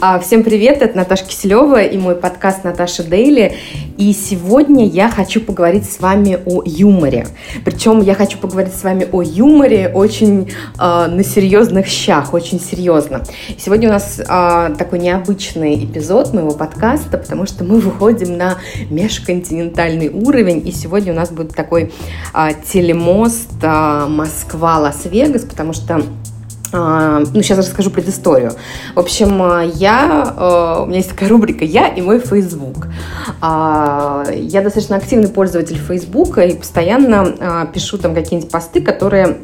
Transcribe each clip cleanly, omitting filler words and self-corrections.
Всем привет, это Наташа Киселева и мой подкаст «Наташа Дейли». И сегодня я хочу поговорить с вами о юморе. Причем я хочу поговорить с вами о юморе очень на серьезных щах, очень серьезно. Сегодня у нас такой необычный эпизод моего подкаста, потому что мы выходим на межконтинентальный уровень. И сегодня у нас будет такой телемост Москва-Лас-Вегас, потому что сейчас расскажу предысторию. В общем, у меня есть такая рубрика «Я и мой Facebook». Я достаточно активный пользователь Facebook и постоянно пишу там какие-нибудь посты, которые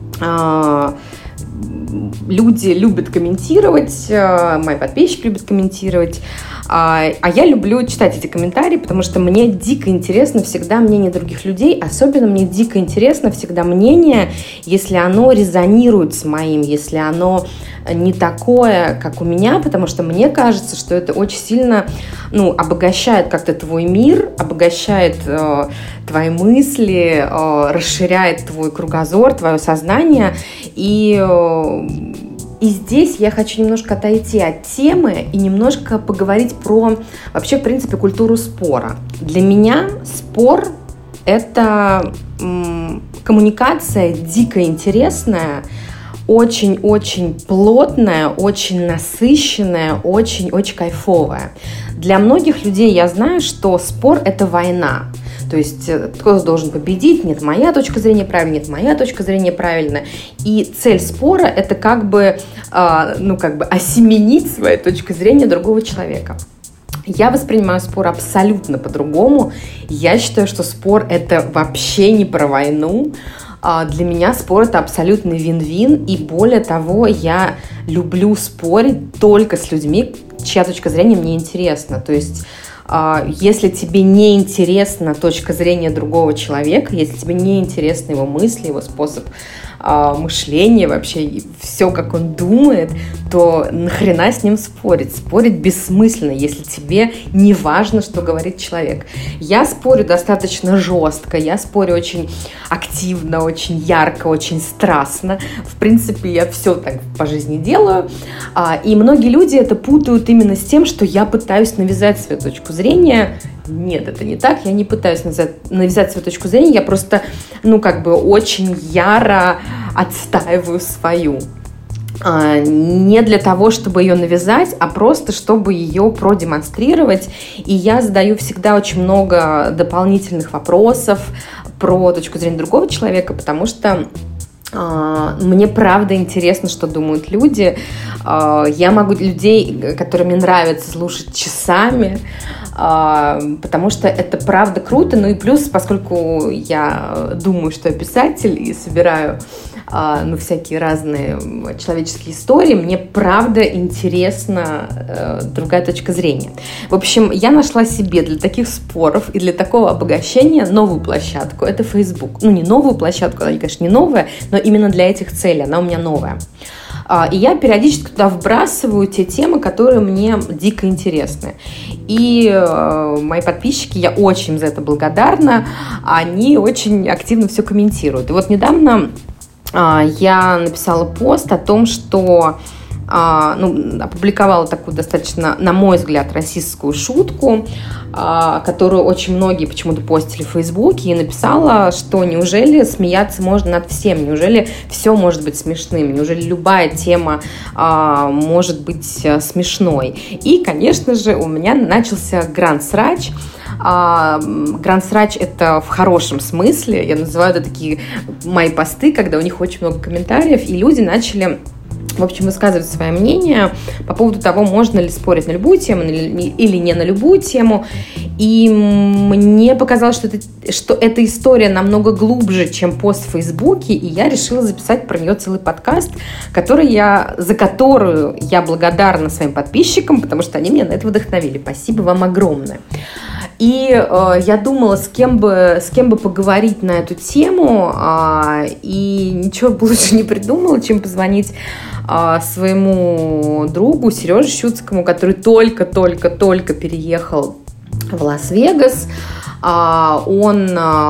люди любят комментировать, мои подписчики любят комментировать. А я люблю читать эти комментарии, потому что мне дико интересно всегда мнение других людей, особенно мне дико интересно всегда мнение, если оно резонирует с моим, если оно не такое, как у меня, потому что мне кажется, что это очень сильно обогащает как-то твой мир, обогащает твои мысли, расширяет твой кругозор, твое сознание. И здесь я хочу немножко отойти от темы и немножко поговорить про вообще, в принципе, культуру спора. Для меня спор – это коммуникация дико интересная, очень-очень плотная, очень насыщенная, очень-очень кайфовая. Для многих людей я знаю, что спор – это война. То есть кто-то должен победить, нет, моя точка зрения правильная, нет, моя точка зрения правильная. И цель спора – это как бы осеменить свою точку зрения другого человека. Я воспринимаю спор абсолютно по-другому. Я считаю, что спор – это вообще не про войну. Для меня спор – это абсолютный вин-вин. И более того, я люблю спорить только с людьми, чья точка зрения мне интересна. То есть если тебе не интересна точка зрения другого человека, если тебе не интересны его мысли, его способ мышления, вообще все, как он думает, то нахрена с ним спорить? Спорить бессмысленно, если тебе не важно, что говорит человек. Я спорю достаточно жестко, я спорю очень активно, очень ярко, очень страстно. В принципе, я все так по жизни делаю. И многие люди это путают именно с тем, что я пытаюсь навязать свою точку зрения. Нет, это не так. Я не пытаюсь навязать свою точку зрения. Я просто, очень яро отстаиваю свою. Не для того, чтобы ее навязать, а просто, чтобы ее продемонстрировать. И я задаю всегда очень много дополнительных вопросов про точку зрения другого человека, потому что мне правда интересно, что думают люди. Я могу людей, которые мне нравится, слушать часами, потому что это правда круто. Ну и плюс, поскольку я думаю, что я писатель и собираю всякие разные человеческие истории, мне правда интересна другая точка зрения. В общем, я нашла себе для таких споров и для такого обогащения новую площадку. Это Facebook. Не новую площадку, она, конечно, не новая, но именно для этих целей она у меня новая. И я периодически туда вбрасываю те темы, которые мне дико интересны. И мои подписчики, я очень им за это благодарна, они очень активно все комментируют. И вот недавно я написала пост о том, что опубликовала такую достаточно, на мой взгляд, расистскую шутку, которую очень многие почему-то постили в Фейсбуке, и написала, что неужели смеяться можно над всем, неужели все может быть смешным, неужели любая тема может быть смешной. И, конечно же, у меня начался гранд-срач. Гранд-срач – это в хорошем смысле. Я называю это такие мои посты, когда у них очень много комментариев, и люди начали, в общем, высказывать свое мнение по поводу того, можно ли спорить на любую тему или не на любую тему. И мне показалось, что эта история намного глубже, чем пост в Фейсбуке, и я решила записать про нее целый подкаст, за которую я благодарна своим подписчикам, потому что они меня на это вдохновили. Спасибо вам огромное. И я думала, с кем бы поговорить на эту тему, и ничего лучше не придумала, чем позвонить своему другу Сереже Щуцкому, который только переехал в Лас-Вегас. Он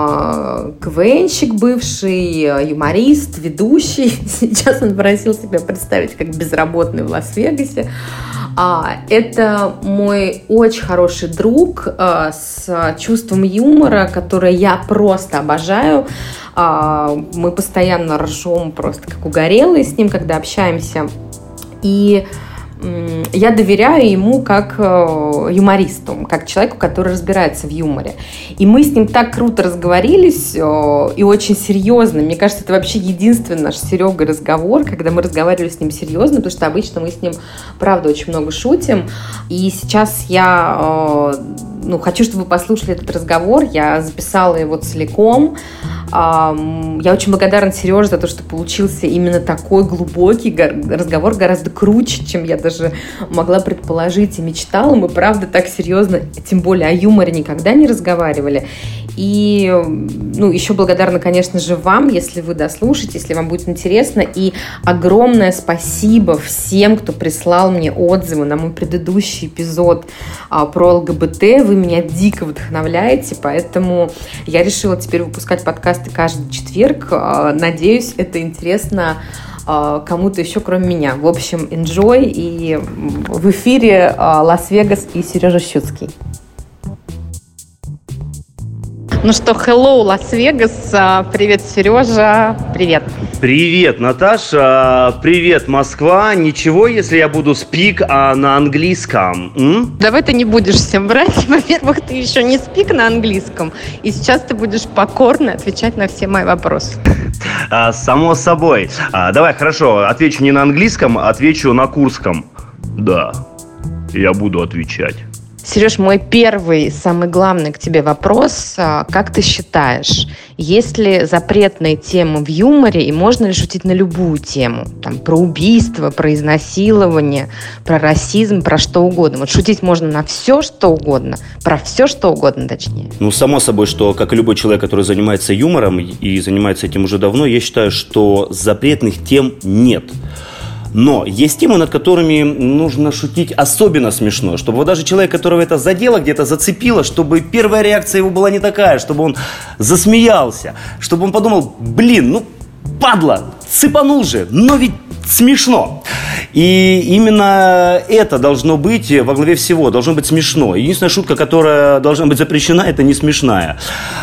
КВНщик бывший, юморист, ведущий. Сейчас он просил себя представить как безработный в Лас-Вегасе. Это мой очень хороший друг с чувством юмора, которое я просто обожаю. Мы постоянно ржем просто как угорелые с ним, когда общаемся. И я доверяю ему как юмористу, как человеку, который разбирается в юморе. И мы с ним так круто разговорились и очень серьезно. Мне кажется, это вообще единственный наш с Серегой разговор, когда мы разговаривали с ним серьезно, потому что обычно мы с ним, правда, очень много шутим. И сейчас я хочу, чтобы вы послушали этот разговор. Я записала его целиком. Я очень благодарна Сереже за то, что получился именно такой глубокий разговор, гораздо круче, чем я даже могла предположить и мечтала. Мы, правда, так серьезно, тем более о юморе, никогда не разговаривали. И еще благодарна, конечно же, вам, если вы дослушаете, если вам будет интересно. И огромное спасибо всем, кто прислал мне отзывы на мой предыдущий эпизод про ЛГБТ. Вы меня дико вдохновляете, поэтому я решила теперь выпускать подкасты каждый четверг. Надеюсь, это интересно кому-то еще, кроме меня. В общем, enjoy. И в эфире Лас-Вегас и Сережа Щуцкий. Ну что, hello, Лас-Вегас. Привет, Сережа. Привет. Привет, Наташа. Привет, Москва. Ничего, если я буду speak на английском? Давай ты не будешь всем врать. Во-первых, ты еще не speak на английском. И сейчас ты будешь покорно отвечать на все мои вопросы. Само собой. Давай, хорошо, отвечу не на английском, отвечу на курском. Да, я буду отвечать. Сереж, мой первый, самый главный к тебе вопрос. Как ты считаешь, есть ли запретные темы в юморе и можно ли шутить на любую тему? Там, про убийство, про изнасилование, про расизм, про что угодно. Вот шутить можно на все, что угодно, про все, что угодно, точнее. Само собой, что, как и любой человек, который занимается юмором и занимается этим уже давно, я считаю, что запретных тем нет. Но есть темы, над которыми нужно шутить особенно смешно, чтобы вот даже человек, которого это задело, где-то зацепило, чтобы первая реакция его была не такая, чтобы он засмеялся, чтобы он подумал, падла, цепанул же, но ведь смешно. И именно это должно быть во главе всего, должно быть смешно. Единственная шутка, которая должна быть запрещена, это не смешная.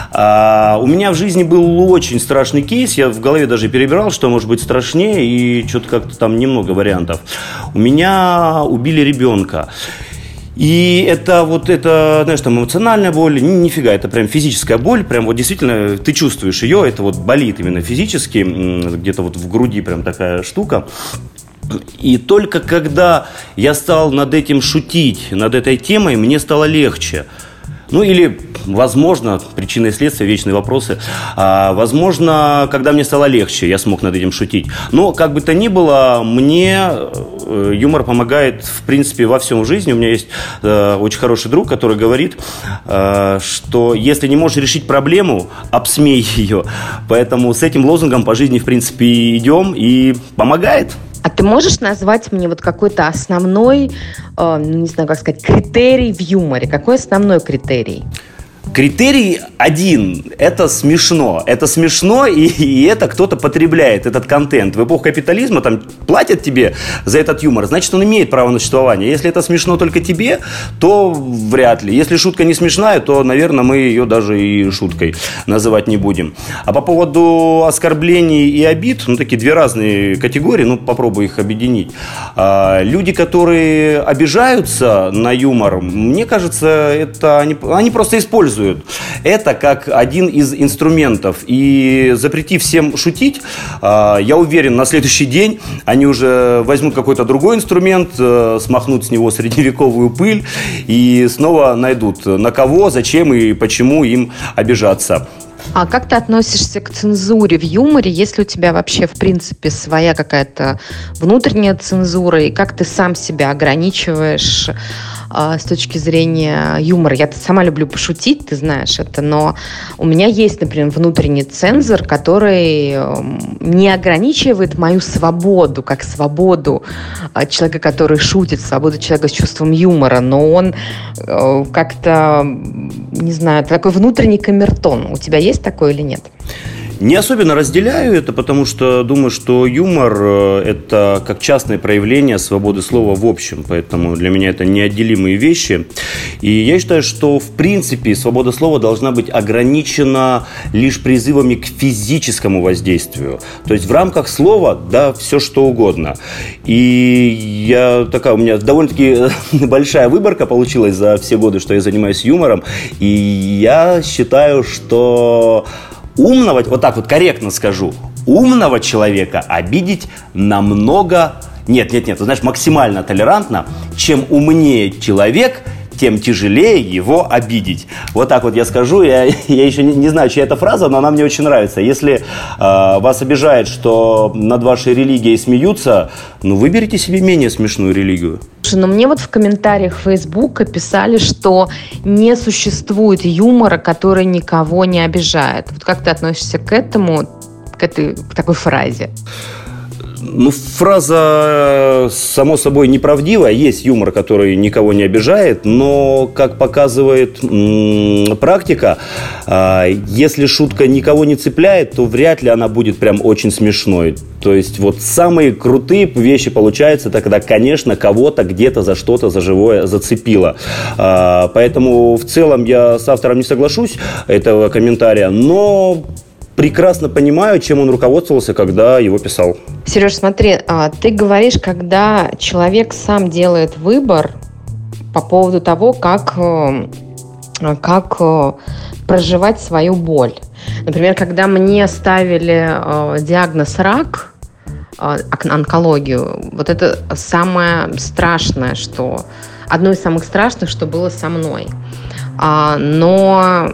У меня в жизни был очень страшный кейс, я в голове даже перебирал, что может быть страшнее, и что-то как-то там немного вариантов. У меня убили ребенка. И это, знаешь, там эмоциональная боль, нифига, это прям физическая боль, прям вот действительно ты чувствуешь ее, это вот болит именно физически, где-то вот в груди прям такая штука. И только когда я стал над этим шутить, над этой темой, мне стало легче. Или, возможно, причины и следствия, вечные вопросы. Возможно, когда мне стало легче, я смог над этим шутить. Но, как бы то ни было, мне юмор помогает, в принципе, во всем в жизни. У меня есть очень хороший друг, который говорит, что если не можешь решить проблему, обсмей ее. Поэтому с этим лозунгом по жизни, в принципе, идем и помогает. А ты можешь назвать мне вот какой-то основной, не знаю, как сказать, критерий в юморе? Какой основной критерий? Критерий один – это смешно. Это смешно, и это кто-то потребляет, этот контент. В эпоху капитализма там платят тебе за этот юмор, значит, он имеет право на существование. Если это смешно только тебе, то вряд ли. Если шутка не смешная, то, наверное, мы ее даже и шуткой называть не будем. А по поводу оскорблений и обид, такие две разные категории, попробую их объединить. Люди, которые обижаются на юмор, мне кажется, это они просто используют это как один из инструментов. И запретив всем шутить, я уверен, на следующий день они уже возьмут какой-то другой инструмент, смахнут с него средневековую пыль и снова найдут, на кого, зачем и почему им обижаться. А как ты относишься к цензуре в юморе? Есть ли у тебя вообще, в принципе, своя какая-то внутренняя цензура? И как ты сам себя ограничиваешь с точки зрения юмора? Я сама люблю пошутить, ты знаешь это, но у меня есть, например, внутренний цензор, который не ограничивает мою свободу, как свободу человека, который шутит, свободу человека с чувством юмора, но он как-то, не знаю, такой внутренний камертон. У тебя есть такое или нет? Не особенно разделяю это, потому что думаю, что юмор – это как частное проявление свободы слова в общем, поэтому для меня это неотделимые вещи. И я считаю, что в принципе свобода слова должна быть ограничена лишь призывами к физическому воздействию. То есть в рамках слова, да, все что угодно. И у меня довольно-таки большая выборка получилась за все годы, что я занимаюсь юмором. И я считаю, что умного, вот так вот корректно скажу, умного человека обидеть намного, максимально толерантно. Чем умнее человек, тем тяжелее его обидеть. Вот так вот я скажу. Я еще не знаю, чья это фраза, но она мне очень нравится. Если вас обижает, что над вашей религией смеются, выберите себе менее смешную религию. Слушай, мне вот в комментариях Фейсбука писали, что не существует юмора, который никого не обижает. Вот как ты относишься к этому, к такой фразе? Фраза, само собой, неправдивая. Есть юмор, который никого не обижает, но, как показывает практика, если шутка никого не цепляет, то вряд ли она будет прям очень смешной. То есть вот самые крутые вещи получаются, когда, конечно, кого-то где-то за что-то, за живое зацепило. Поэтому в целом я с автором не соглашусь этого комментария, но прекрасно понимаю, чем он руководствовался, когда его писал. Сереж, смотри, ты говоришь, когда человек сам делает выбор по поводу того, как проживать свою боль. Например, когда мне ставили диагноз рак, онкологию, вот это самое страшное, одно из самых страшных, что было со мной. Но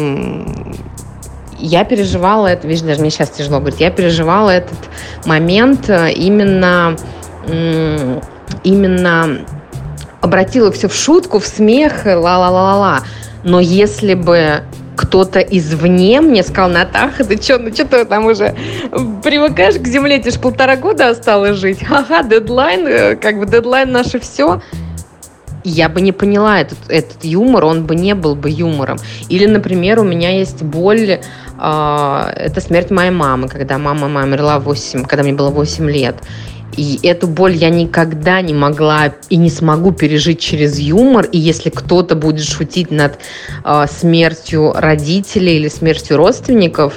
я переживала это, видишь, даже мне сейчас тяжело говорить, я переживала этот момент именно обратила все в шутку, в смех, ла-ла-ла-ла-ла. Но если бы кто-то извне мне сказал: Натаха, ты что ты там уже привыкаешь к земле, тебе же 1,5 года осталось жить, дедлайн наше все. Я бы не поняла этот юмор, он бы не был бы юмором. Или, например, у меня есть боль, это смерть моей мамы, когда мама моя умерла когда мне было 8 лет. И эту боль я никогда не могла и не смогу пережить через юмор. И если кто-то будет шутить над смертью родителей или смертью родственников,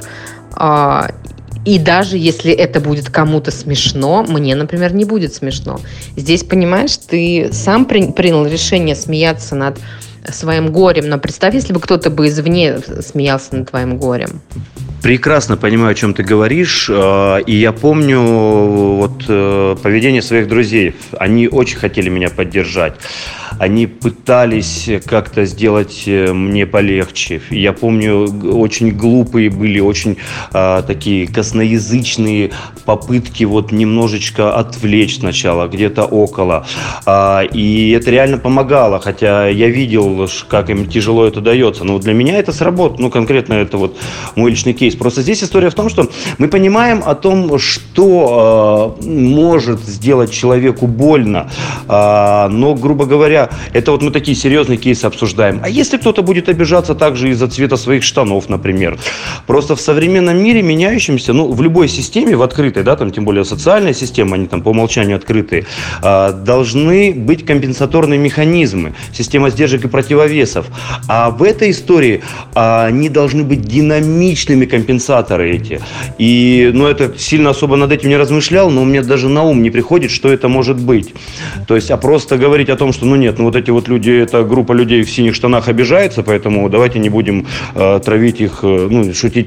и даже если это будет кому-то смешно, мне, например, не будет смешно. Здесь, понимаешь, ты сам принял решение смеяться над своим горем, но представь, если бы кто-то бы извне смеялся над твоим горем. Прекрасно понимаю, о чем ты говоришь, и я помню поведение своих друзей. Они очень хотели меня поддержать. Они пытались как-то сделать мне полегче. Я помню, очень глупые были, очень такие косноязычные попытки немножечко отвлечь сначала, где-то около. И это реально помогало, хотя я видел, как им тяжело это дается. Но для меня это сработало. Конкретно это мой личный кейс. Просто здесь история в том, что мы понимаем о том, что может сделать человеку больно, но, грубо говоря, это мы такие серьезные кейсы обсуждаем. А если кто-то будет обижаться также из-за цвета своих штанов, например? Просто в современном мире, меняющемся, в любой системе, в открытой, тем более социальная система, они по умолчанию открытые, должны быть компенсаторные механизмы, система сдержек и противовесов. А в этой истории они должны быть динамичными компенсаторы эти. И, это сильно особо над этим не размышлял, но у меня даже на ум не приходит, что это может быть. То есть, просто говорить о том, что, нет, эти люди, эта группа людей в синих штанах обижается, поэтому давайте не будем травить их, шутить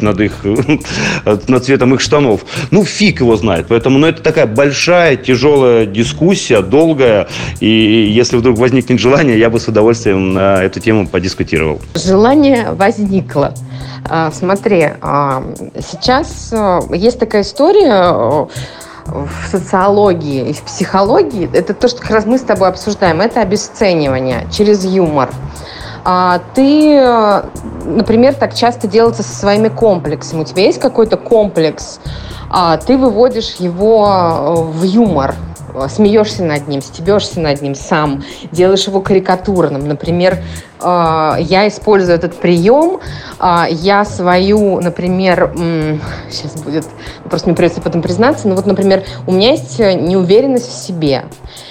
над цветом их штанов. Фиг его знает. Поэтому, это такая большая, тяжелая дискуссия, долгая, и если вдруг возникнет желание, я бы с удовольствием на эту тему подискутировал. Желание возникло. Смотри, сейчас есть такая история в социологии и в психологии. Это то, что как раз мы с тобой обсуждаем. Это обесценивание через юмор. Ты, например, так часто делается со своими комплексами. У тебя есть какой-то комплекс, ты выводишь его в юмор. смеешься над ним, стебешься над ним сам, делаешь его карикатурным. Например, я использую этот прием, я свою, например, сейчас будет, просто мне придется потом признаться, но вот, например, у меня есть неуверенность в себе.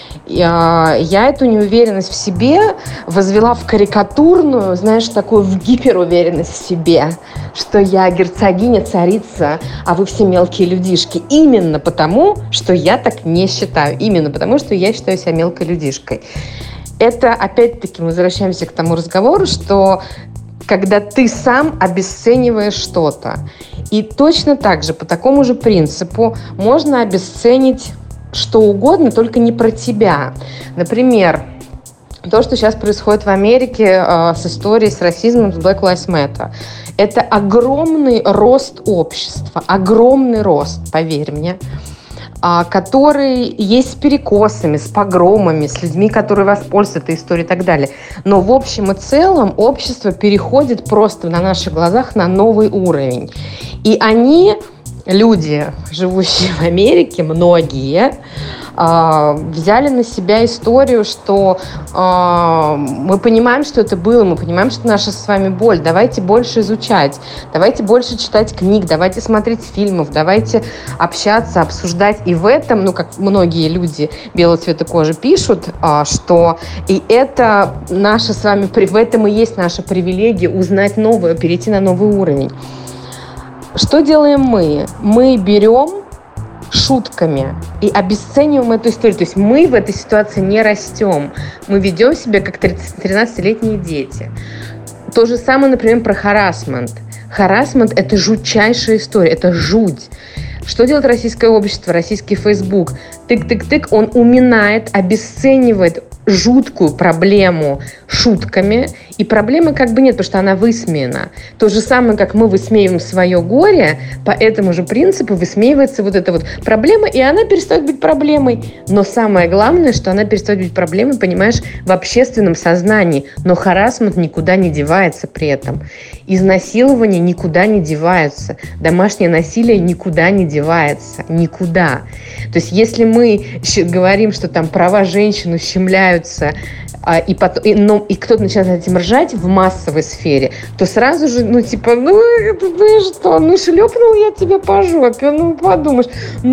Я эту неуверенность в себе возвела в карикатурную, знаешь, такую в гиперуверенность в себе, что я герцогиня, царица, а вы все мелкие людишки. Именно потому, что я так не считаю. Именно потому, что я считаю себя мелкой людишкой. Это, опять-таки, мы возвращаемся к тому разговору, что когда ты сам обесцениваешь что-то. И точно так же, по такому же принципу, можно обесценить что угодно, только не про тебя. Например, то, что сейчас происходит в Америке с историей, с расизмом, с Black Lives Matter. Это огромный рост общества, огромный рост, поверь мне, который есть с перекосами, с погромами, с людьми, которые воспользуются этой историей и так далее. Но в общем и целом общество переходит просто на наших глазах на новый уровень. И люди, живущие в Америке, многие, взяли на себя историю, что мы понимаем, что это было, мы понимаем, что наша с вами боль. Давайте больше изучать, давайте больше читать книг, давайте смотреть фильмов, давайте общаться, обсуждать. И в этом, как многие люди белого цвета кожи пишут, что и это наша с вами, в этом и есть наша привилегия узнать новое, перейти на новый уровень. Что делаем мы? Мы берем шутками и обесцениваем эту историю. То есть мы в этой ситуации не растем. Мы ведем себя как 13-летние дети. То же самое, например, про харассмент. Харассмент – это жутчайшая история, это жуть. Что делает российское общество, российский Facebook? Тык-тык-тык, он уминает, обесценивает жуткую проблему шутками, и проблемы нет, потому что она высмеяна. То же самое, как мы высмеиваем свое горе, по этому же принципу высмеивается вот эта вот проблема, и она перестает быть проблемой. Но самое главное, что она перестает быть проблемой, понимаешь, в общественном сознании. Но харассмент никуда не девается при этом. Изнасилование никуда не девается. Домашнее насилие никуда не девается. Никуда. То есть если мы говорим, что там права женщин ущемляются, и кто-то начинает этим ржать в массовой сфере, то сразу же, шлепнул я тебя по жопе, подумаешь,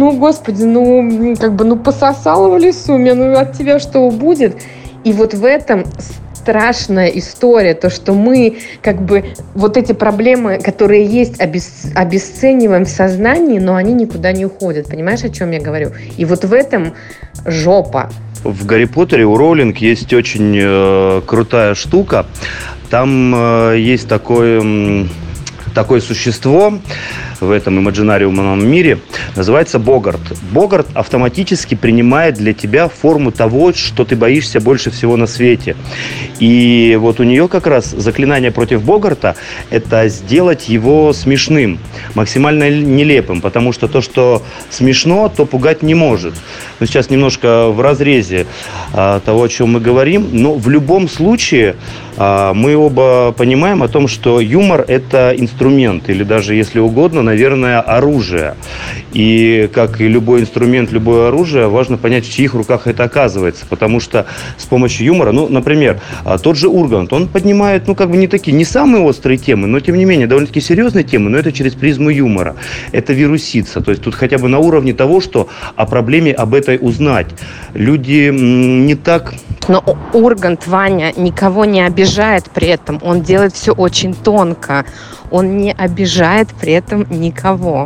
господи, пососала в лесу, от тебя что будет? И вот в этом страшная история, то, что мы вот эти проблемы, которые есть, обесцениваем в сознании, но они никуда не уходят. Понимаешь, о чем я говорю? И вот в этом жопа. В «Гарри Поттере» у Роулинг есть очень крутая штука. Там есть такое существо в этом имаджинариумном мире, называется Богарт. Богарт автоматически принимает для тебя форму того, что ты боишься больше всего на свете. И вот у нее как раз заклинание против Богарта – это сделать его смешным, максимально нелепым, потому что то, что смешно, то пугать не может. Но сейчас немножко в разрезе того, о чем мы говорим, но в любом случае мы оба понимаем о том, что юмор – это инструмент, или даже, если угодно, наверное, оружие. И как и любой инструмент, любое оружие, важно понять, в чьих руках это оказывается. Потому что с помощью юмора, например, тот же Ургант, он поднимает, не самые острые темы, но, тем не менее, довольно-таки серьезные темы, но это через призму юмора. Это вирусится. То есть тут хотя бы на уровне того, что о проблеме об этой узнать. Люди не так... Но Ургант, Ваня, никого не обижает при этом. Он делает все очень тонко. Он не обижает при этом никого.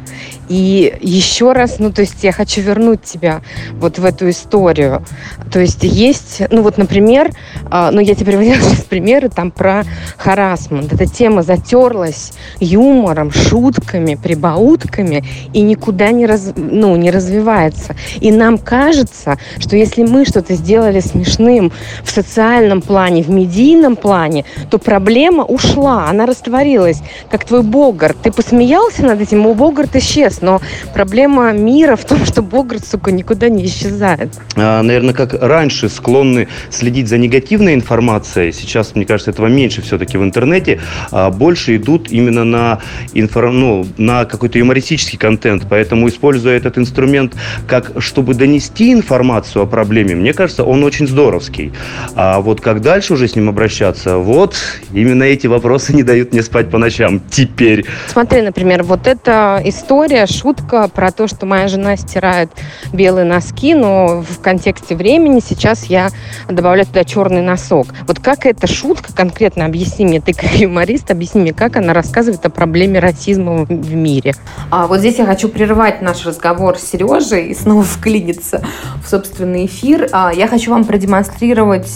И еще раз, я хочу вернуть тебя вот в эту историю. То есть, например, я тебе приводила сейчас примеры там про харассмент. Эта тема затерлась юмором, шутками, прибаутками и никуда не развивается. И нам кажется, что если мы что-то сделали смешным в социальном плане, в медийном плане, то проблема ушла, она растворилась, как твой Богарт. Ты посмеялся над этим, Богарт исчез. Борис, но проблема мира в том, что Богарт, сука, никуда не исчезает. Наверное, как раньше склонны следить за негативной информацией, сейчас, мне кажется, этого меньше все-таки в интернете, больше идут именно на какой-то юмористический контент. Поэтому, используя этот инструмент чтобы донести информацию о проблеме, мне кажется, он очень здоровский. А вот как дальше уже с ним обращаться, вот именно эти вопросы не дают мне спать по ночам теперь. Смотри, например, вот эта история, шутка про то, что моя жена стирает белые носки, но в контексте времени сейчас я добавляю туда черный носок. Вот как эта шутка конкретно, объясни мне, ты как юморист, объясни мне, как она рассказывает о проблеме расизма в мире. Вот здесь я хочу прервать наш разговор с Сережей и снова вклиниться в собственный эфир. Я хочу вам продемонстрировать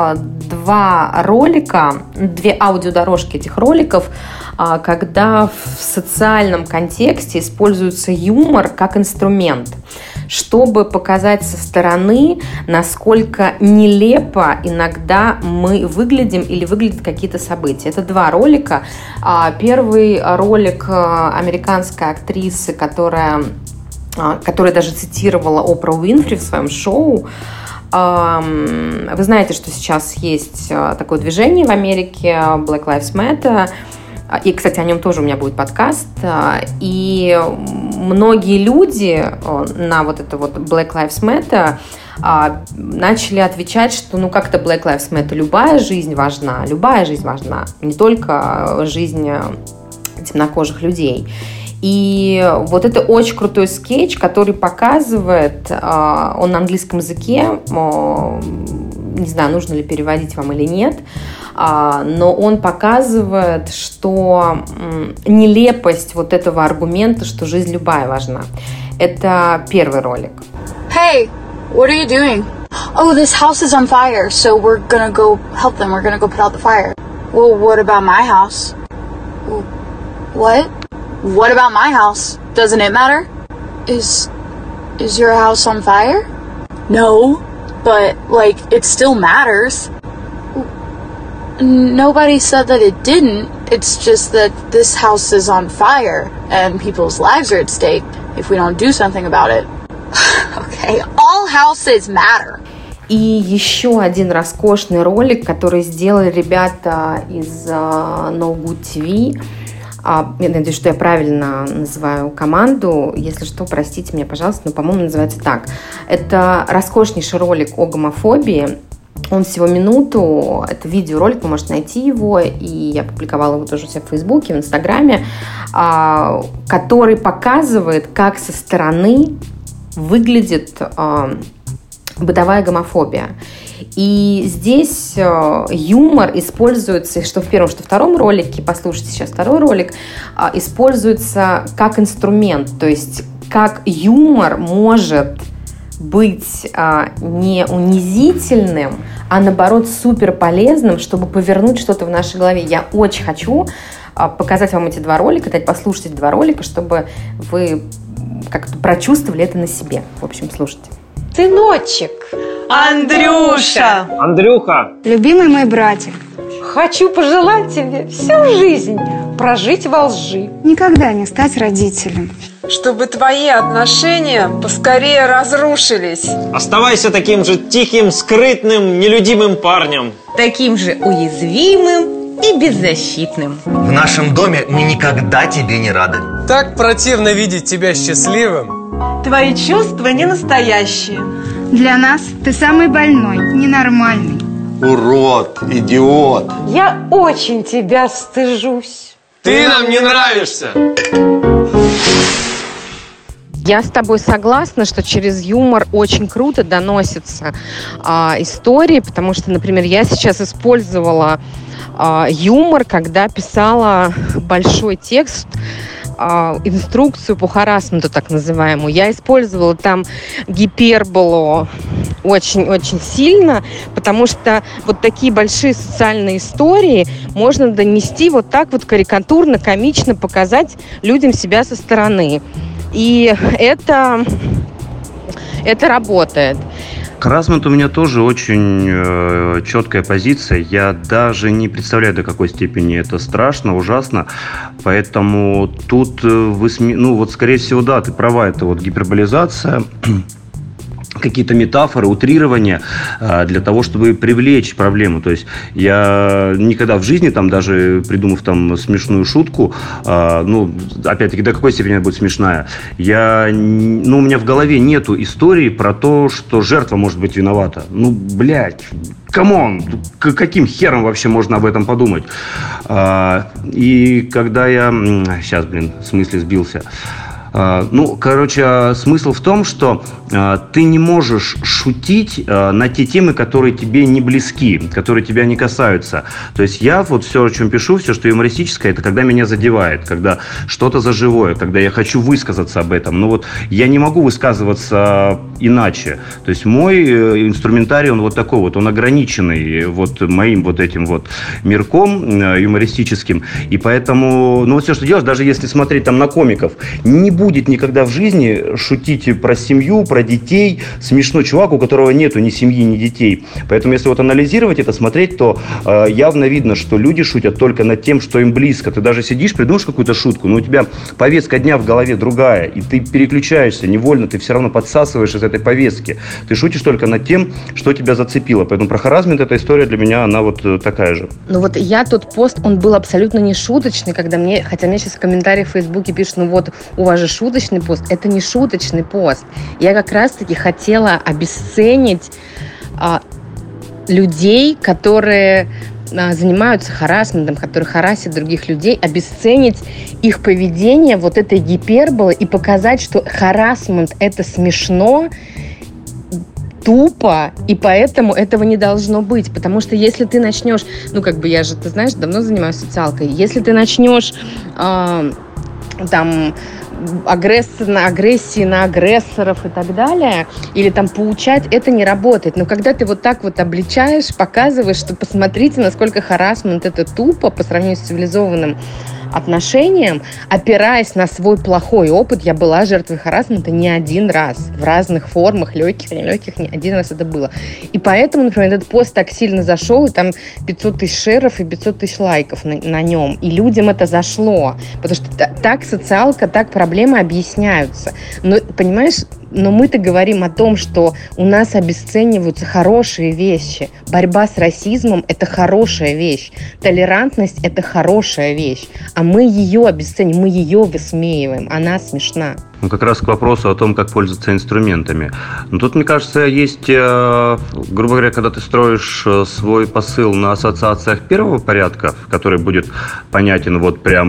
два ролика, две аудиодорожки этих роликов, когда в социальном контексте используется юмор как инструмент, чтобы показать со стороны, насколько нелепо иногда мы выглядим или выглядят какие-то события. Это два ролика. Первый ролик американской актрисы, которая даже цитировала Опру Уинфри в своем шоу. Вы знаете, что сейчас есть такое движение в Америке Black Lives Matter. И, кстати, о нем тоже у меня будет подкаст. И многие люди на вот это вот Black Lives Matter начали отвечать, что как-то Black Lives Matter любая жизнь важна, не только жизнь темнокожих людей. И вот это очень крутой скетч, который показывает, он на английском языке, не знаю, нужно ли переводить вам или нет, но он показывает, что нелепость вот этого аргумента, что жизнь любая важна. Это первый ролик. Hey, what are you doing? Oh, this house is on fire, so we're gonna go help them. We're gonna go put out the fire. Well, what about my house? What? What about my house? Doesn't it matter? Is your house on fire? No, but, it still matters. Nobody said that it didn't. It's just that this house is on fire, and people's lives are at stake if we don't do something about it. Okay, all houses matter. И еще один роскошный ролик, который сделали ребята из No Good TV. Я надеюсь, что я правильно называю команду. Если что, простите меня, пожалуйста, но, по-моему, называется так. Это роскошнейший ролик о гомофобии. Он всего минуту. Это видеоролик, вы можете найти его. И я публиковала его тоже у себя в Фейсбуке, в Инстаграме, который показывает, как со стороны выглядит бытовая гомофобия. И здесь юмор используется, что в первом, что в втором ролике, послушайте сейчас второй ролик, используется как инструмент, то есть как юмор может быть не унизительным, а наоборот супер полезным, чтобы повернуть что-то в нашей голове. Я очень хочу показать вам эти два ролика, дать послушать эти два ролика, чтобы вы как-то прочувствовали это на себе. В общем, слушайте. Сыночек, Андрюша! Андрюха! Любимый мой братик, хочу пожелать тебе всю жизнь прожить во лжи. никогда не стать родителем. Чтобы твои отношения поскорее разрушились. Оставайся таким же тихим, скрытным, нелюдимым парнем. Таким же уязвимым и беззащитным. В нашем доме мы никогда тебе не рады. Так противно видеть тебя счастливым. Твои чувства не настоящие. Для нас ты самый больной, ненормальный. Урод, идиот. Я очень тебя стыжусь. Ты нам не нравишься. Я с тобой согласна, что через юмор очень круто доносятся истории, потому что, например, я сейчас использовала юмор, когда писала большой текст, инструкцию по харассменту, так называемую. Я использовала там гиперболу очень-очень сильно, потому что вот такие большие социальные истории можно донести вот так вот карикатурно, комично, показать людям себя со стороны. И это работает. Харассмент у меня тоже очень четкая позиция. Я даже не представляю, до какой степени это страшно, ужасно. Поэтому тут, скорее всего, да, ты права, это вот гиперболизация, какие-то метафоры, утрирования для того, чтобы привлечь проблему. То есть я никогда в жизни, там, даже придумав там смешную шутку, опять-таки, до какой степени она будет смешная, у меня в голове нету истории про то, что жертва может быть виновата. Камон, каким хером вообще можно об этом подумать? И когда я... Сейчас, с мысли сбился. Смысл в том, что ты не можешь шутить на те темы, которые тебе не близки, которые тебя не касаются. То есть я вот все, о чем пишу, все, что юмористическое, это когда меня задевает, когда что-то за живое, когда я хочу высказаться об этом. Но вот я не могу высказываться иначе. То есть мой инструментарий, он вот такой вот, он ограниченный вот моим вот этим вот мирком юмористическим. И поэтому, все, что делаешь, даже если смотреть там на комиков, не будет никогда в жизни шутить про семью, про детей. Смешной чувак, у которого нету ни семьи, ни детей. Поэтому, если вот анализировать это, смотреть, то явно видно, что люди шутят только над тем, что им близко. Ты даже сидишь, придумаешь какую-то шутку, но у тебя повестка дня в голове другая, и ты переключаешься невольно, ты все равно подсасываешь из этой повестки. Ты шутишь только над тем, что тебя зацепило. Поэтому про харассмент эта история для меня, она вот такая же. Тот пост, он был абсолютно не шуточный, хотя мне сейчас в комментариях в Фейсбуке пишут, у вас же шуточный пост. Это не шуточный пост. Я как раз-таки хотела обесценить людей, которые занимаются харассментом, которые харассят других людей, обесценить их поведение вот этой гиперболы и показать, что харассмент – это смешно, тупо, и поэтому этого не должно быть. Потому что если ты начнешь, ты знаешь, давно занимаюсь социалкой, если ты начнешь агрессии на агрессоров и так далее, или поучать, это не работает. Но когда ты вот так вот обличаешь, показываешь, что посмотрите, насколько харассмент это тупо по сравнению с цивилизованным отношениям, опираясь на свой плохой опыт, я была жертвой харассмента не один раз, в разных формах, легких, нелегких, не один раз это было. И поэтому, например, этот пост так сильно зашел, и там 500 тысяч шеров и 500 тысяч лайков на нем. И людям это зашло, потому что так социалка, так проблемы объясняются. Но, понимаешь, мы-то говорим о том, что у нас обесцениваются хорошие вещи. Борьба с расизмом – это хорошая вещь. Толерантность – это хорошая вещь. А мы ее обесцениваем, мы ее высмеиваем. Она смешна. Как раз к вопросу о том, как пользоваться инструментами. Тут, мне кажется, есть, грубо говоря, когда ты строишь свой посыл на ассоциациях первого порядка, который будет понятен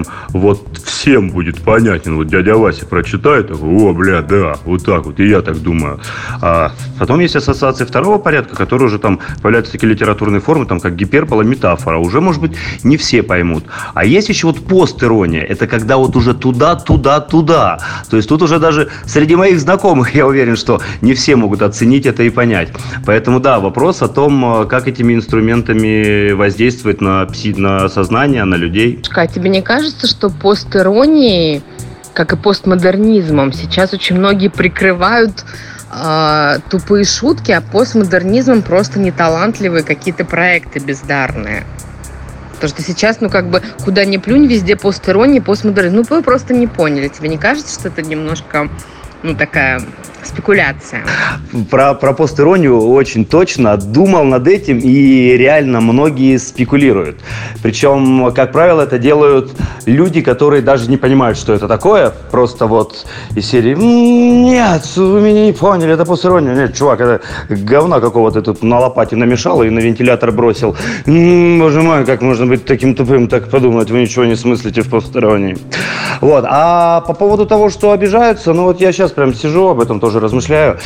всем будет понятен. Вот дядя Вася прочитает, вот так вот, и я так думаю. А потом есть ассоциации второго порядка, которые уже появляются такие литературные формы, как гипербола, метафора. Уже, может быть, не все поймут. А есть еще постирония. Это когда уже туда. То есть тут уже даже среди моих знакомых, я уверен, что не все могут оценить это и понять. Поэтому, да, вопрос о том, как этими инструментами воздействовать на сознание, на людей. А тебе не кажется, что постиронией, как и постмодернизмом, сейчас очень многие прикрывают тупые шутки, а постмодернизмом просто неталантливые какие-то проекты бездарные? Потому что сейчас, куда ни плюнь, везде постирония, постмодернизм. Вы просто не поняли. Тебе не кажется, что это немножко, такая спекуляция? Про постиронию очень точно думал над этим, и реально многие спекулируют. Причем, как правило, это делают люди, которые даже не понимают, что это такое. Просто из серии: нет, вы меня не поняли, это постирония. Нет, чувак, это говна какого-то тут на лопате намешал и на вентилятор бросил. Боже мой, как можно быть таким тупым, так подумать, вы ничего не смыслите в постиронии. А по поводу того, что обижаются, я сейчас прям сижу, об этом тоже размышляю.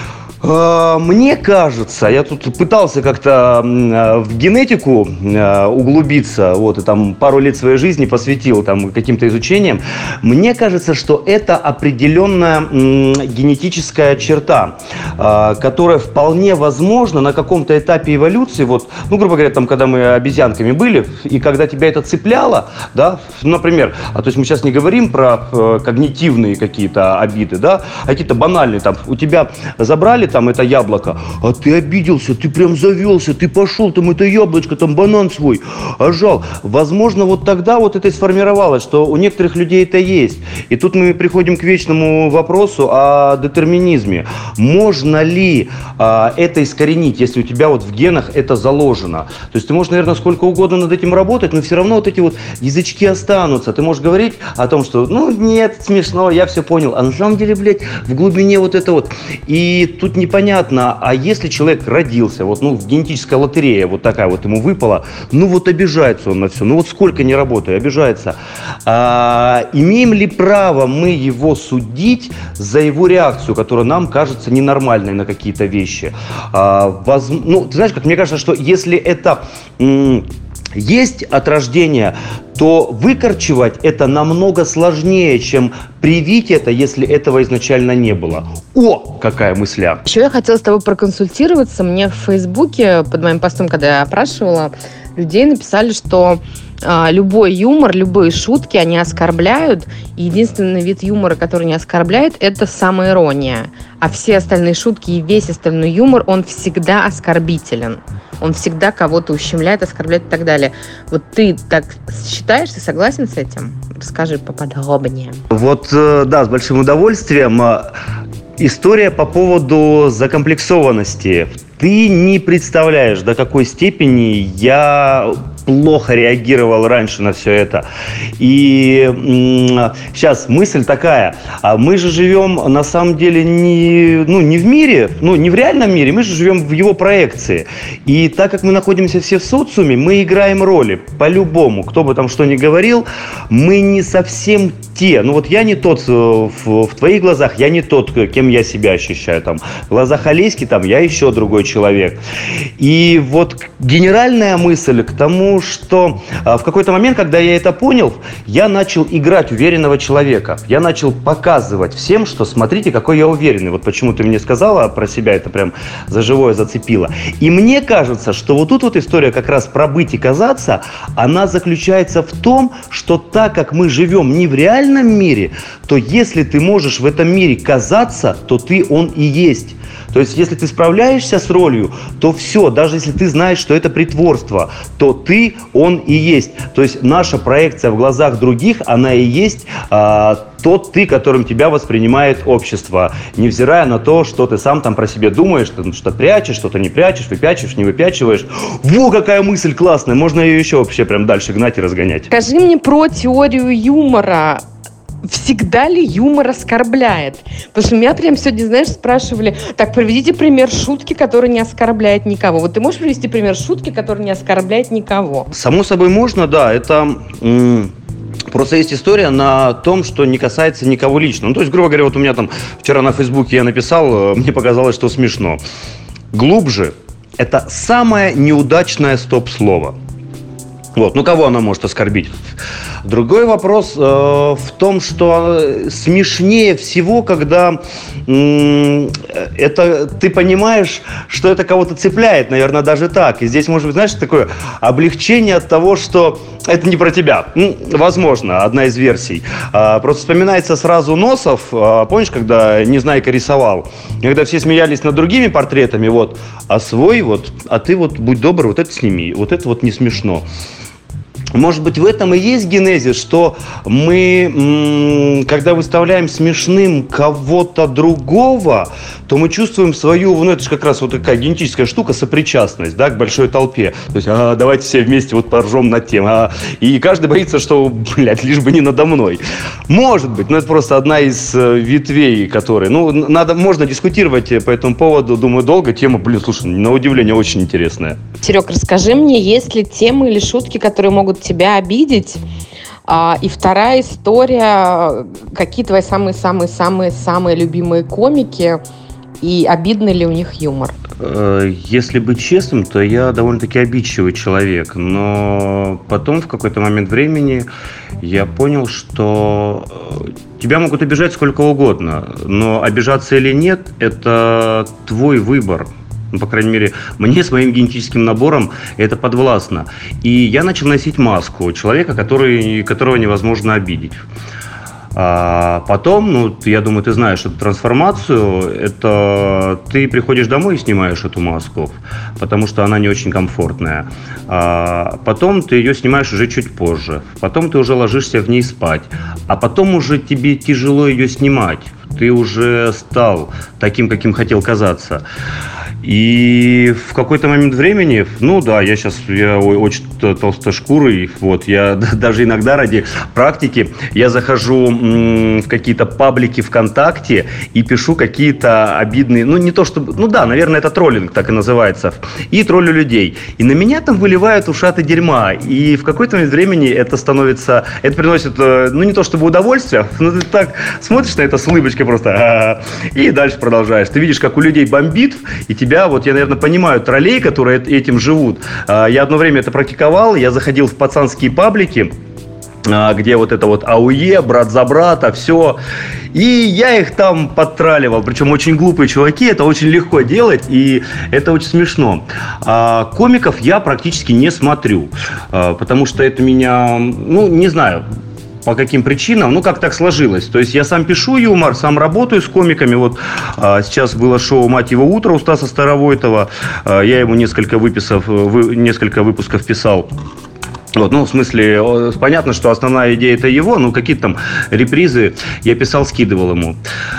Мне кажется, я тут пытался как-то в генетику углубиться, и пару лет своей жизни посвятил каким-то изучениям. Мне кажется, что это определенная генетическая черта, которая вполне возможно на каком-то этапе эволюции, грубо говоря, когда мы обезьянками были, и когда тебя это цепляло, да, например, то есть мы сейчас не говорим про когнитивные какие-то обиды, да, а какие-то банальные, у тебя забрали там это яблоко, а ты обиделся, ты прям завелся, ты пошел там это яблочко, там банан свой ожал. Возможно, вот тогда вот это и сформировалось, что у некоторых людей это есть. И тут мы приходим к вечному вопросу о детерминизме. Можно ли это искоренить, если у тебя вот в генах это заложено? То есть ты можешь, наверное, сколько угодно над этим работать, но все равно вот эти вот язычки останутся. Ты можешь говорить о том, что, ну, нет, смешно, я все понял. А на самом деле, блядь, в глубине вот это вот. И тут непонятно, а если человек родился, вот, ну, генетическая лотерея вот такая вот ему выпала, ну, вот обижается он на все. Ну, вот сколько не работаю, обижается. Имеем ли право мы его судить за его реакцию, которая нам кажется ненормальной на какие-то вещи? Ну, ты знаешь, как мне кажется, что если это есть от рождения, то выкорчевать это намного сложнее, чем привить это, если этого изначально не было. О, какая мысля! Еще я хотела с тобой проконсультироваться. Мне в Фейсбуке под моим постом, когда я опрашивала людей, написали, что любой юмор, любые шутки, они оскорбляют. И единственный вид юмора, который не оскорбляет, это самоирония. А все остальные шутки и весь остальной юмор, он всегда оскорбителен. Он всегда кого-то ущемляет, оскорбляет и так далее. Вот ты так считаешь, ты согласен с этим? Расскажи поподробнее. Вот, да, с большим удовольствием. История по поводу закомплексованности. Ты не представляешь, до какой степени я плохо реагировал раньше на все это. И сейчас мысль такая. Мы же живем на самом деле не в мире, не в реальном мире, мы же живем в его проекции. И так как мы находимся все в социуме, мы играем роли по-любому. Кто бы там что ни говорил, мы не совсем те. Ну вот я не тот в твоих глазах, я не тот, кем я себя ощущаю. Там, в глазах Олеськи там, я еще другой человек. И вот генеральная мысль к тому, что в какой-то момент, когда я это понял, я начал играть уверенного человека. Я начал показывать всем, что смотрите, какой я уверенный. Вот почему ты мне сказала про себя, это прям за живое зацепило. И мне кажется, что вот тут вот история как раз про быть и казаться, она заключается в том, что так как мы живем не в реальном мире, то если ты можешь в этом мире казаться, то ты он и есть. То есть, если ты справляешься с ролью, то все, даже если ты знаешь, что это притворство, то ты, он и есть. То есть, наша проекция в глазах других, она и есть тот ты, которым тебя воспринимает общество, невзирая на то, что ты сам там про себя думаешь, что прячешь, что-то не прячешь, выпячиваешь, не выпячиваешь. Во, какая мысль классная, можно ее еще вообще прям дальше гнать и разгонять. Скажи мне про теорию юмора. Всегда ли юмор оскорбляет? Потому что меня прям сегодня, знаешь, спрашивали, так, приведите пример шутки, которая не оскорбляет никого. Вот ты можешь привести пример шутки, которая не оскорбляет никого? Само собой можно, да. Это просто есть история на том, что не касается никого лично. Ну, то есть, грубо говоря, вот у меня там вчера на Фейсбуке я написал, мне показалось, что смешно. Глубже – это самое неудачное стоп-слово. Вот, ну кого она может оскорбить? Другой вопрос в том, что смешнее всего, когда это ты понимаешь, что это кого-то цепляет, наверное, даже так. И здесь может быть, знаешь, такое облегчение от того, что это не про тебя. Возможно, одна из версий. Просто вспоминается сразу Носов, помнишь, когда Незнайка рисовал, когда все смеялись над другими портретами, вот, а свой вот, а ты вот будь добр, вот это сними, вот это вот не смешно. Может быть, в этом и есть генезис, что мы, когда выставляем смешным кого-то другого, то мы чувствуем свою, ну это же как раз вот такая генетическая штука, сопричастность, да, к большой толпе. То есть, давайте все вместе вот поржем над тем. И каждый боится, что, блядь, лишь бы не надо мной. Может быть, но это просто одна из ветвей, которые, можно дискутировать по этому поводу, думаю, долго. Тема, слушай, на удивление, очень интересная. Серег, расскажи мне, есть ли темы или шутки, которые могут тебя обидеть? И вторая история, какие твои самые-самые-самые-самые любимые комики и обидный ли у них юмор? Если быть честным, то я довольно-таки обидчивый человек, но потом в какой-то момент времени я понял, что тебя могут обижать сколько угодно, но обижаться или нет – это твой выбор. По крайней мере, мне с моим генетическим набором это подвластно. И я начал носить маску человека, которого невозможно обидеть. Потом, я думаю, ты знаешь эту трансформацию, это ты приходишь домой и снимаешь эту маску, потому что она не очень комфортная. Потом ты ее снимаешь уже чуть позже, потом ты уже ложишься в ней спать, а потом уже тебе тяжело ее снимать, ты уже стал таким, каким хотел казаться. И в какой-то момент времени, я очень толстошкурый, я даже иногда ради практики, я захожу в какие-то паблики ВКонтакте и пишу какие-то обидные, наверное, это троллинг, так и называется, и троллю людей. И на меня там выливают ушаты дерьма, и в какой-то момент времени это приносит, не то чтобы удовольствие, но ты так смотришь на это с улыбочкой просто, и дальше продолжаешь. Ты видишь, как у людей бомбит, и я, наверное, понимаю троллей, которые этим живут. Я одно время это практиковал, я заходил в пацанские паблики, где АУЕ, брат за брата, все. И я их там подтраливал, причем очень глупые чуваки, это очень легко делать, и это очень смешно. Комиков я практически не смотрю, потому что это меня, не знаю, по каким причинам, как так сложилось. То есть я сам пишу юмор, сам работаю с комиками. Сейчас было шоу «Мать его, утро» у Стаса Старовойтова. Я ему несколько выпусков писал. В смысле, понятно, что основная идея это его, какие-то там репризы я писал, скидывал ему.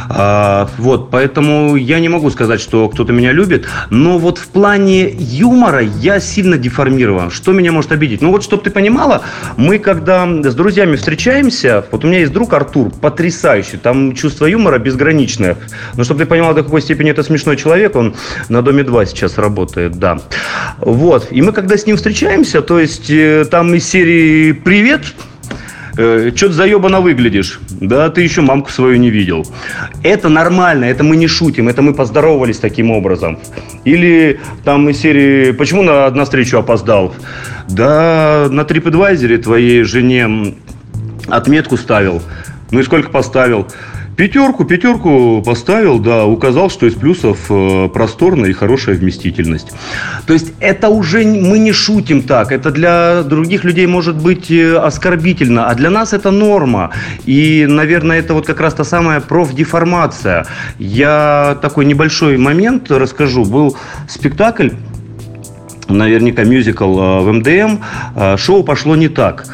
Поэтому я не могу сказать, что кто-то меня любит, но в плане юмора я сильно деформирован. Что меня может обидеть? Чтобы ты понимала, мы когда с друзьями встречаемся, у меня есть друг Артур, потрясающий, там чувство юмора безграничное. Но чтобы ты понимала, до какой степени это смешной человек, он на Доме 2 сейчас работает, да. И мы когда с ним встречаемся, то есть там из серии «Привет», что-то заебано выглядишь, да, ты еще мамку свою не видел. Это нормально, это мы не шутим, это мы поздоровались таким образом. Или там из серии «Почему на встречу опоздал?» Да, на TripAdvisor твоей жене отметку ставил. И сколько поставил? Пятерку поставил, да, указал, что из плюсов просторная и хорошая вместительность. То есть это уже мы не шутим так, это для других людей может быть оскорбительно, а для нас это норма. И, наверное, это как раз та самая профдеформация. Я такой небольшой момент расскажу. Был спектакль, наверняка мюзикл в МДМ, шоу пошло не так.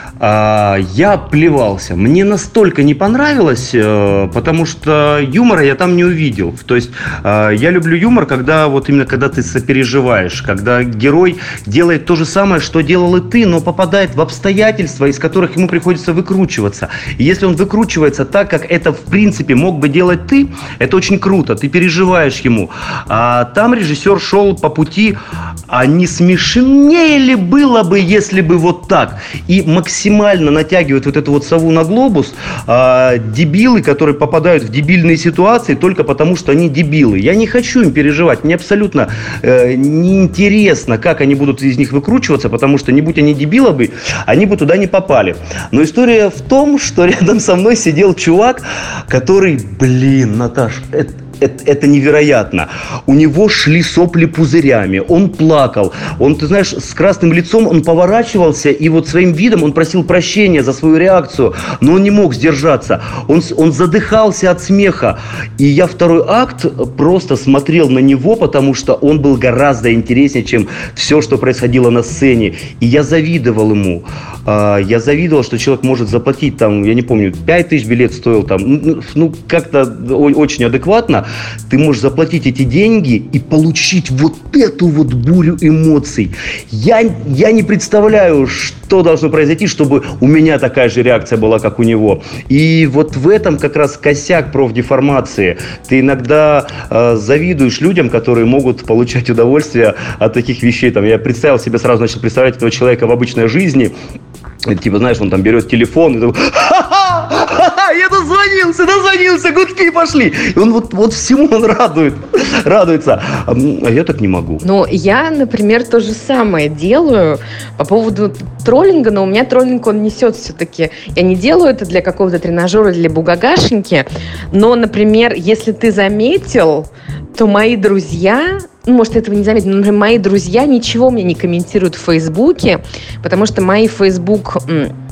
Я плевался. Мне настолько не понравилось, потому что юмора я там не увидел. То есть я люблю юмор, когда именно когда ты сопереживаешь, когда герой делает то же самое, что делал и ты, но попадает в обстоятельства, из которых ему приходится выкручиваться. И если он выкручивается так, как это в принципе мог бы делать ты, это очень круто, ты переживаешь ему. А там режиссер шел по пути, а не смешнее ли было бы, если бы так? И максимально натягивают эту сову на глобус дебилы, которые попадают в дебильные ситуации только потому, что они дебилы. Я не хочу им переживать, мне абсолютно неинтересно, как они будут из них выкручиваться, потому что не будь они дебилами, они бы туда не попали. Но история в том, что рядом со мной сидел чувак, который, Наташ, это невероятно. У него шли сопли пузырями, он плакал, он, ты знаешь, с красным лицом он поворачивался и своим видом он просил прощения за свою реакцию, но он не мог сдержаться, он задыхался от смеха. И я второй акт просто смотрел на него, потому что он был гораздо интереснее, чем все, что происходило на сцене. И я завидовал ему. Я завидовал, что человек может заплатить я не помню, 5000 билет стоил как-то очень адекватно. Ты можешь заплатить эти деньги и получить эту бурю эмоций. Я не представляю, что должно произойти, чтобы у меня такая же реакция была, как у него. И в этом как раз косяк профдеформации. Ты иногда завидуешь людям, которые могут получать удовольствие от таких вещей. Я представил себе, сразу начал представлять этого человека в обычной жизни. Знаешь, он берет телефон и такой: ха-ха, я дозвонился, гудки пошли. И он всему он радуется. А я так не могу. Я, например, то же самое делаю по поводу троллинга, но у меня троллинг, он несет все-таки. Я не делаю это для какого-то тренажера, для бугагашеньки, но, например, если ты заметил, то мои друзья... может, этого не заметили, но, например, мои друзья ничего мне не комментируют в Фейсбуке, потому что мои Фейсбук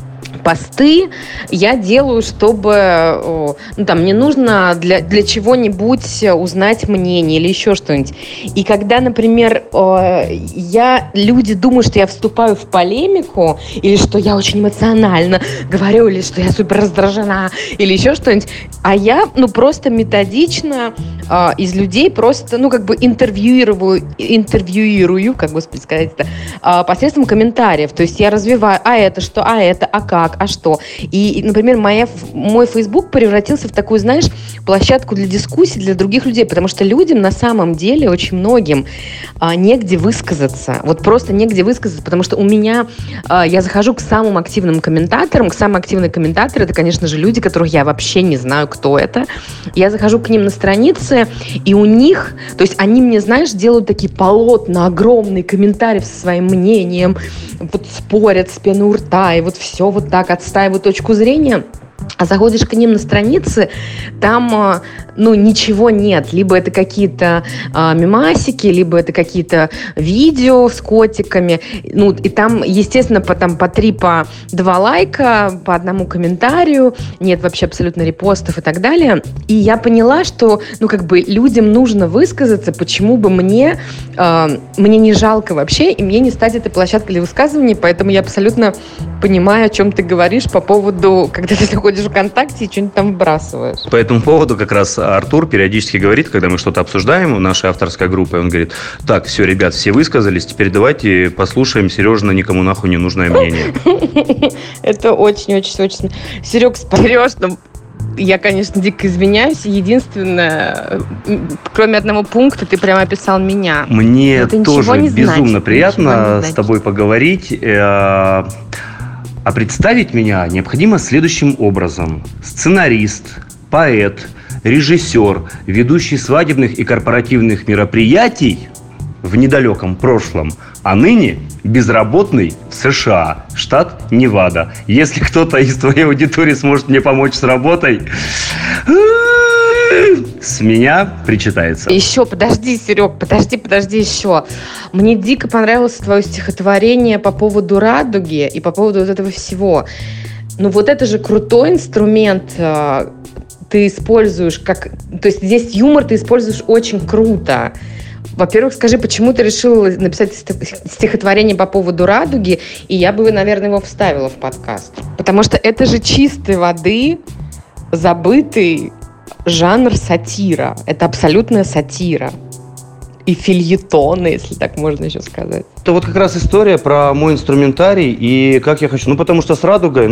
посты я делаю, чтобы мне нужно для чего-нибудь узнать мнение или еще что-нибудь. И когда, например, люди думают, что я вступаю в полемику, или что я очень эмоционально говорю, или что я супер раздражена, или еще что-нибудь, а я просто методично из людей просто интервьюирую, как господи сказать это, посредством комментариев. То есть я развиваю, это что, это, как, что. И, например, мой Facebook превратился в такую, знаешь, площадку для дискуссий для других людей, потому что людям на самом деле, очень многим, негде высказаться. Вот просто негде высказаться, потому что у меня, я захожу к самым активным комментаторам. Самые активные комментаторы, это, конечно же, люди, которых я вообще не знаю, кто это. Я захожу к ним на страницы, и у них, то есть они мне, знаешь, делают такие полотна, огромные комментарии со своим мнением, вот спорят с пеной у рта, и вот все вот так отстаивают точку зрения. А заходишь к ним на страницы, там, ничего нет. Либо это какие-то мемасики, либо это какие-то видео с котиками. И там, естественно, по 3-2 лайка, по 1 комментарию. Нет вообще абсолютно репостов и так далее. И я поняла, что, людям нужно высказаться, почему бы мне не жалко вообще, и мне не стать этой площадкой для высказываний. Поэтому я абсолютно понимаю, о чем ты говоришь по поводу, когда ты заходишь ВКонтакте и что-нибудь там выбрасываешь. По этому поводу как раз Артур периодически говорит, когда мы что-то обсуждаем в нашей авторской группе, он говорит: так, все, ребят, все высказались, теперь давайте послушаем Сережина никому нахуй не нужное мнение. Это очень-очень-очень... Серег, я, конечно, дико извиняюсь. Единственное, кроме одного пункта, ты прямо описал меня. Мне тоже безумно приятно с тобой поговорить. А представить меня необходимо следующим образом. Сценарист, поэт, режиссер, ведущий свадебных и корпоративных мероприятий в недалеком прошлом, а ныне безработный в США, штат Невада. Если кто-то из твоей аудитории сможет мне помочь с работой, с меня причитается. Еще, подожди, Серег, подожди еще. Мне дико понравилось твое стихотворение по поводу радуги и по поводу вот этого всего. Вот это же крутой инструмент ты используешь. То есть здесь юмор ты используешь очень круто. Во-первых, скажи, почему ты решила написать стихотворение по поводу радуги, и я бы, наверное, его вставила в подкаст. Потому что это же чистой воды забытый жанр сатира. Это абсолютная сатира. И фельетоны, если так можно еще сказать. Это вот как раз история про мой инструментарий и как я хочу. Потому что с радугой,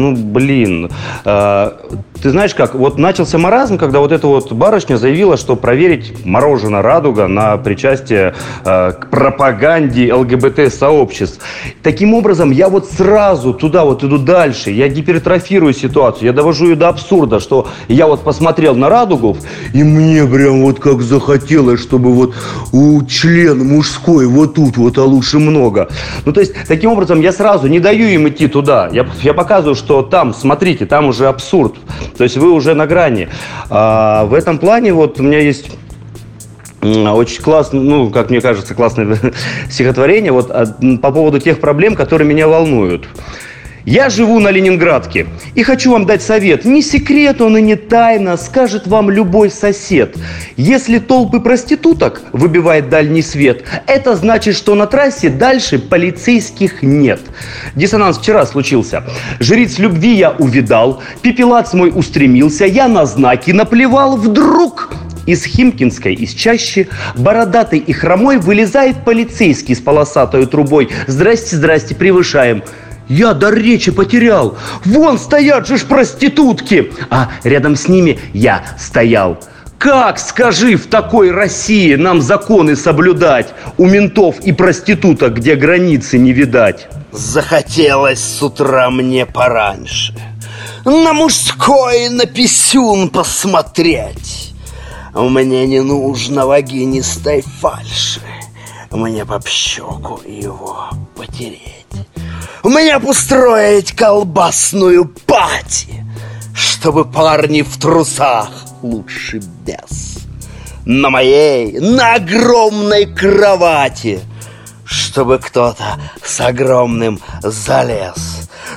ты знаешь как, вот начался маразм, когда вот эта вот барышня заявила, что проверить мороженое «Радуга» на причастие к пропаганде ЛГБТ-сообществ. Таким образом, я вот сразу туда вот иду дальше, я гипертрофирую ситуацию, я довожу ее до абсурда, что я вот посмотрел на «Радугу», и мне прям вот как захотелось, чтобы вот член мужской вот тут вот, а лучше много. То есть, таким образом, я сразу не даю им идти туда. Я показываю, что там, смотрите, там уже абсурд. То есть, вы уже на грани. В этом плане вот у меня есть очень классное, как мне кажется, классное стихотворение вот по поводу тех проблем, которые меня волнуют. Я живу на Ленинградке и хочу вам дать совет. Не секрет он и не тайна, скажет вам любой сосед. Если толпы проституток выбивает дальний свет, это значит, что на трассе дальше полицейских нет. Диссонанс вчера случился. Жриц любви я увидал, пепелац мой устремился, я на знаки наплевал, вдруг... Из Химкинской, из чащи, бородатый и хромой вылезает полицейский с полосатой трубой. Здрасте, здрасте, превышаем. Я дар речи потерял. Вон стоят же ж проститутки. А рядом с ними я стоял. Как, скажи, в такой России нам законы соблюдать? У ментов и проституток, где границы не видать. Захотелось с утра мне пораньше на мужской, на писюн посмотреть. Мне не нужно вагинистой фальши, мне по щеку его потереть. Мне б устроить колбасную пати, чтобы парни в трусах лучше без. На моей, на огромной кровати, чтобы кто-то с огромным залез.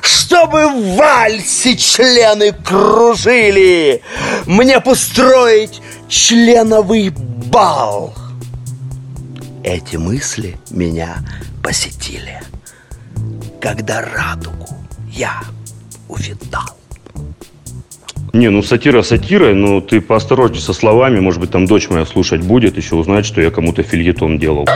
чтобы в вальсе члены кружили. Мне б устроить членовый бал. Эти мысли меня посетили, когда радугу я увидал. Не, ну сатира сатирой, но ты поосторожней со словами. Может быть, там дочь моя слушать будет, еще узнает, что я кому-то фельетон делал.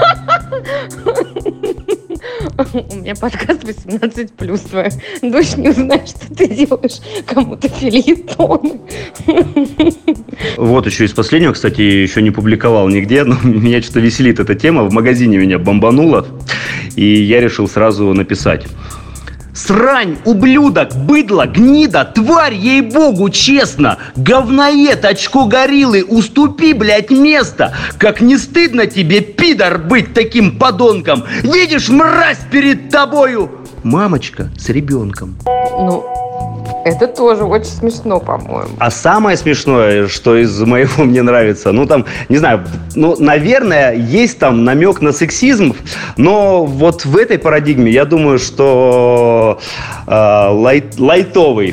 У меня подкаст 18+. Твоя дочь не узнает, что ты делаешь кому-то фельетон. Вот еще из последнего, кстати, еще не публиковал нигде, но меня что-то веселит эта тема. В магазине меня бомбануло, и я решил сразу написать. Срань, ублюдок, быдло, гнида, тварь, ей-богу, честно. Говноед, очко гориллы, уступи, блядь, место. Как не стыдно тебе, пидор, быть таким подонком. Видишь, мразь перед тобою. Мамочка с ребенком. Ну, это тоже очень смешно, по-моему. А самое смешное, что из моего мне нравится, ну там, не знаю, ну, наверное, есть там намек на сексизм, но вот в этой парадигме я думаю, что лайтовый.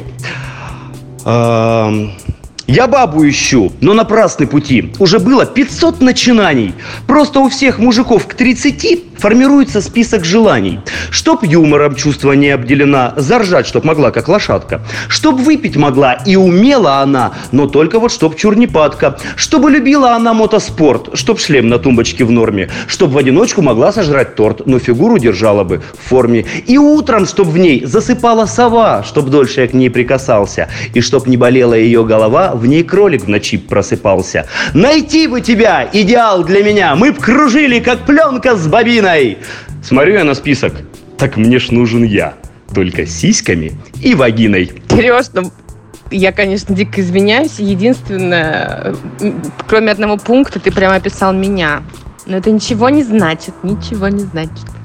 Я бабу ищу, но напрасны пути. Уже было 500 начинаний. Просто у всех мужиков к 30 формируется список желаний. Чтоб юмором чувства не обделена, заржать, чтоб могла, как лошадка. Чтоб выпить могла и умела она, но только вот чтоб чур не падка. Чтобы любила она мотоспорт, чтоб шлем на тумбочке в норме. Чтоб в одиночку могла сожрать торт, но фигуру держала бы в форме. И утром, чтоб в ней засыпала сова, чтоб дольше я к ней прикасался. И чтоб не болела ее голова, в ней кролик в ночи просыпался. Найти бы тебя, идеал для меня, мы б кружили, как пленка с бобиной. Смотрю я на список, так мне ж нужен я, только с сиськами и вагиной. Сереж, ну, я, конечно, дико извиняюсь. Единственное, кроме одного пункта, ты прямо описал меня. Но это ничего не значит, ничего не значит.